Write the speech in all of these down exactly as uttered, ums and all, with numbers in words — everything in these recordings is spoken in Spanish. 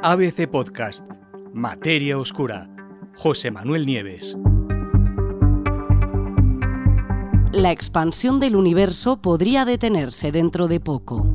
A B C Podcast, Materia Oscura, José Manuel Nieves. La expansión del universo podría detenerse dentro de poco.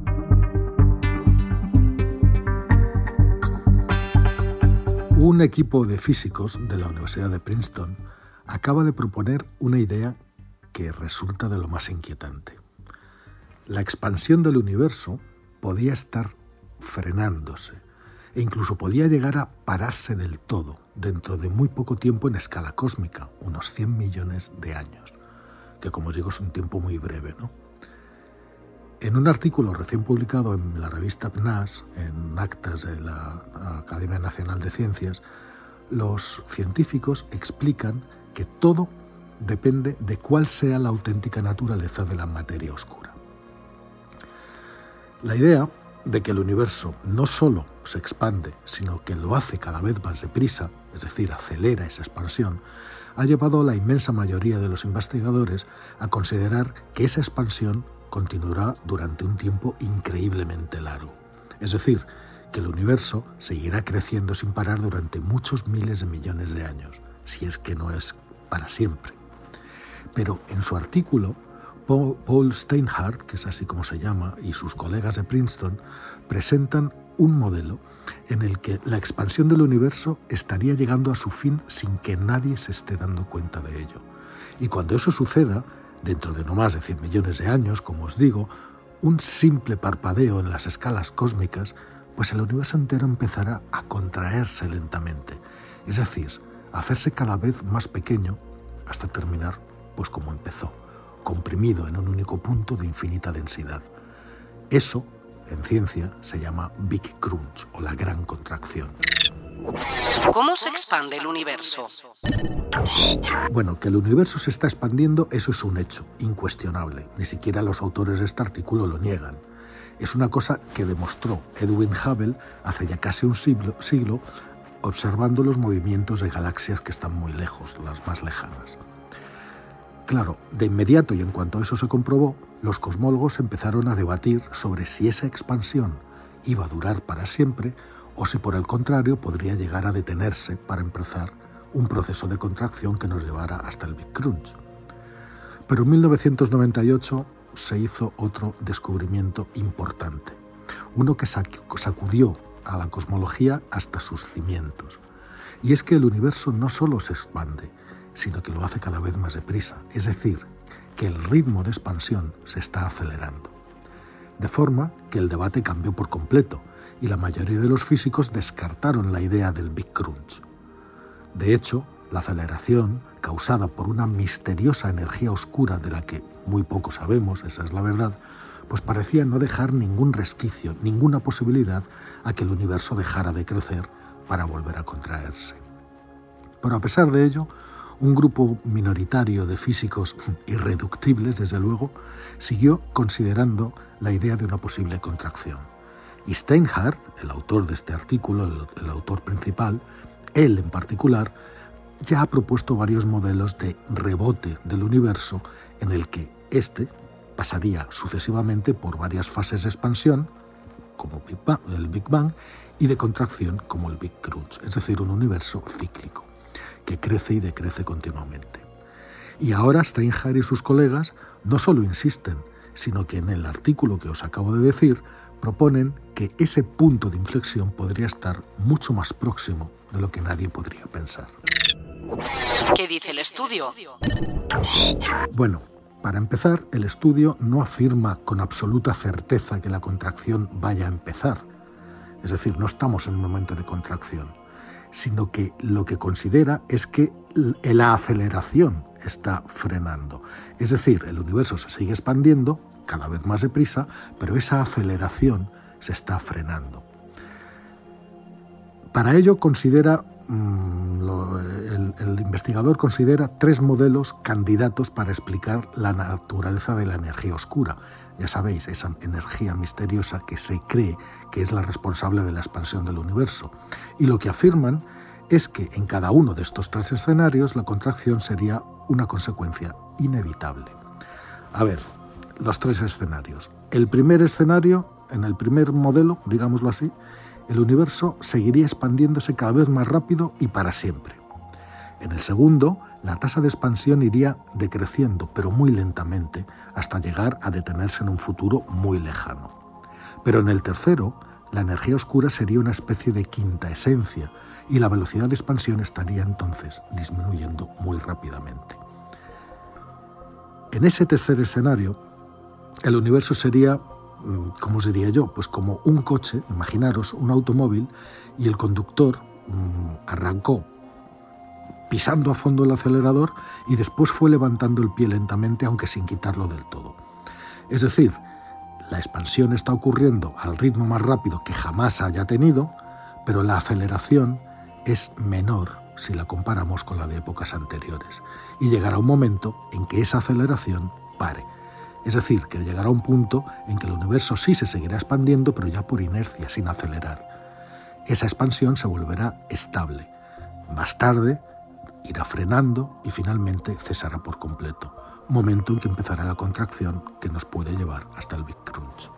Un equipo de físicos de la Universidad de Princeton acaba de proponer una idea que resulta de lo más inquietante. La expansión del universo podía estar frenándose e incluso podía llegar a pararse del todo dentro de muy poco tiempo en escala cósmica, unos cien millones de años, que como os digo es un tiempo muy breve, ¿no? En un artículo recién publicado en la revista P N A S, en actas de la Academia Nacional de Ciencias, los científicos explican que todo depende de cuál sea la auténtica naturaleza de la materia oscura. La idea de que el universo no solo se expande, sino que lo hace cada vez más deprisa, es decir, acelera esa expansión, ha llevado a la inmensa mayoría de los investigadores a considerar que esa expansión continuará durante un tiempo increíblemente largo. Es decir, que el universo seguirá creciendo sin parar durante muchos miles de millones de años, si es que no es para siempre. Pero en su artículo, Paul Steinhardt, que es así como se llama, y sus colegas de Princeton, presentan un modelo en el que la expansión del universo estaría llegando a su fin sin que nadie se esté dando cuenta de ello. Y cuando eso suceda, dentro de no más de cien millones de años, como os digo, un simple parpadeo en las escalas cósmicas, pues el universo entero empezará a contraerse lentamente, es decir, a hacerse cada vez más pequeño hasta terminar pues como empezó, comprimido en un único punto de infinita densidad. Eso, en ciencia, se llama Big Crunch o la gran contracción. ¿Cómo se expande el universo? Bueno, que el universo se está expandiendo, eso es un hecho, incuestionable. Ni siquiera los autores de este artículo lo niegan. Es una cosa que demostró Edwin Hubble hace ya casi un siglo, siglo observando los movimientos de galaxias que están muy lejos, las más lejanas. Claro, de inmediato y en cuanto eso se comprobó, los cosmólogos empezaron a debatir sobre si esa expansión iba a durar para siempre o si por el contrario podría llegar a detenerse para empezar un proceso de contracción que nos llevara hasta el Big Crunch. Pero en mil novecientos noventa y ocho se hizo otro descubrimiento importante, uno que sacudió a la cosmología hasta sus cimientos. Y es que el universo no solo se expande, sino que lo hace cada vez más deprisa, es decir, que el ritmo de expansión se está acelerando. De forma que el debate cambió por completo y la mayoría de los físicos descartaron la idea del Big Crunch. De hecho, la aceleración, causada por una misteriosa energía oscura de la que muy poco sabemos, esa es la verdad, pues parecía no dejar ningún resquicio, ninguna posibilidad a que el universo dejara de crecer para volver a contraerse. Pero a pesar de ello, un grupo minoritario de físicos irreductibles, desde luego, siguió considerando la idea de una posible contracción. Y Steinhardt, el autor de este artículo, el, el autor principal, él en particular, ya ha propuesto varios modelos de rebote del universo en el que éste pasaría sucesivamente por varias fases de expansión, como Big Bang, el Big Bang, y de contracción, como el Big Crunch, es decir, un universo cíclico que crece y decrece continuamente. Y ahora Steinhardt y sus colegas no solo insisten, sino que en el artículo que os acabo de decir proponen que ese punto de inflexión podría estar mucho más próximo de lo que nadie podría pensar. ¿Qué dice el estudio? Bueno, para empezar, el estudio no afirma con absoluta certeza que la contracción vaya a empezar. Es decir, no estamos en un momento de contracción, sino que lo que considera es que la aceleración está frenando. Es decir, el universo se sigue expandiendo cada vez más deprisa, pero esa aceleración se está frenando. Para ello considera, mmm, lo, el, el investigador considera tres modelos candidatos para explicar la naturaleza de la energía oscura. Ya sabéis, esa energía misteriosa que se cree que es la responsable de la expansión del universo. Y lo que afirman es que en cada uno de estos tres escenarios la contracción sería una consecuencia inevitable. A ver, los tres escenarios. El primer escenario, en el primer modelo, digámoslo así, el universo seguiría expandiéndose cada vez más rápido y para siempre. En el segundo, la tasa de expansión iría decreciendo, pero muy lentamente, hasta llegar a detenerse en un futuro muy lejano. Pero en el tercero, la energía oscura sería una especie de quinta esencia y la velocidad de expansión estaría entonces disminuyendo muy rápidamente. En ese tercer escenario, el universo sería, ¿cómo os diría yo? Pues como un coche, imaginaros, un automóvil, y el conductor mmm, arrancó pisando a fondo el acelerador y después fue levantando el pie lentamente, aunque sin quitarlo del todo. Es decir, la expansión está ocurriendo al ritmo más rápido que jamás haya tenido, pero la aceleración es menor si la comparamos con la de épocas anteriores. Y llegará un momento en que esa aceleración pare. Es decir, que llegará un punto en que el universo sí se seguirá expandiendo, pero ya por inercia, sin acelerar. Esa expansión se volverá estable. Más tarde irá frenando y finalmente cesará por completo. Momento en que empezará la contracción que nos puede llevar hasta el Big Crunch.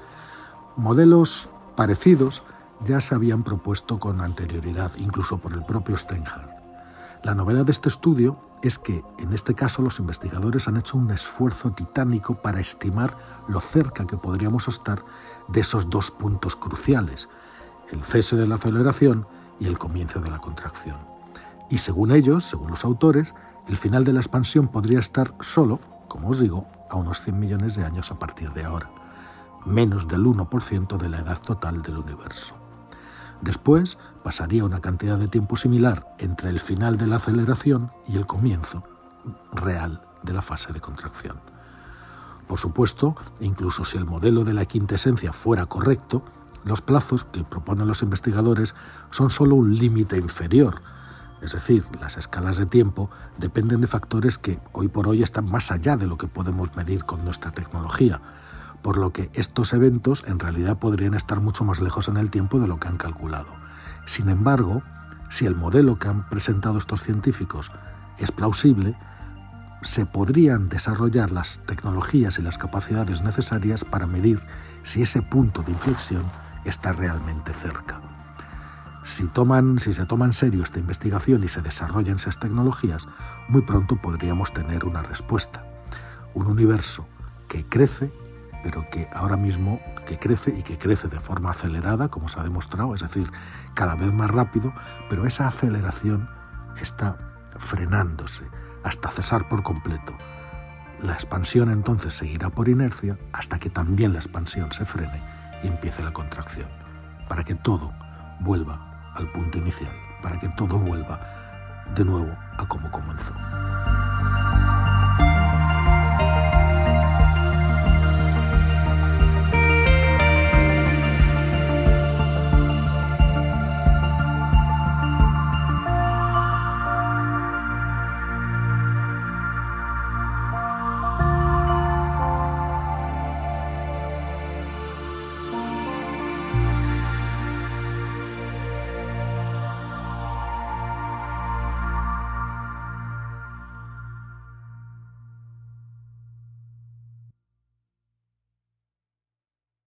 Modelos parecidos ya se habían propuesto con anterioridad, incluso por el propio Steinhardt. La novedad de este estudio es que, en este caso, los investigadores han hecho un esfuerzo titánico para estimar lo cerca que podríamos estar de esos dos puntos cruciales, el cese de la aceleración y el comienzo de la contracción. Y según ellos, según los autores, el final de la expansión podría estar solo, como os digo, a unos cien millones de años a partir de ahora, menos del uno por ciento de la edad total del universo. Después pasaría una cantidad de tiempo similar entre el final de la aceleración y el comienzo real de la fase de contracción. Por supuesto, incluso si el modelo de la quinta esencia fuera correcto, los plazos que proponen los investigadores son solo un límite inferior. Es decir, las escalas de tiempo dependen de factores que hoy por hoy están más allá de lo que podemos medir con nuestra tecnología, por lo que estos eventos en realidad podrían estar mucho más lejos en el tiempo de lo que han calculado. Sin embargo, si el modelo que han presentado estos científicos es plausible, se podrían desarrollar las tecnologías y las capacidades necesarias para medir si ese punto de inflexión está realmente cerca. Si, toman, si se toma en serio esta investigación y se desarrollan esas tecnologías, muy pronto podríamos tener una respuesta. Un universo que crece, pero que ahora mismo que crece y que crece de forma acelerada, como se ha demostrado, es decir, cada vez más rápido, pero esa aceleración está frenándose hasta cesar por completo. La expansión entonces seguirá por inercia hasta que también la expansión se frene y empiece la contracción, para que todo vuelva al punto inicial, para que todo vuelva de nuevo a como comenzó.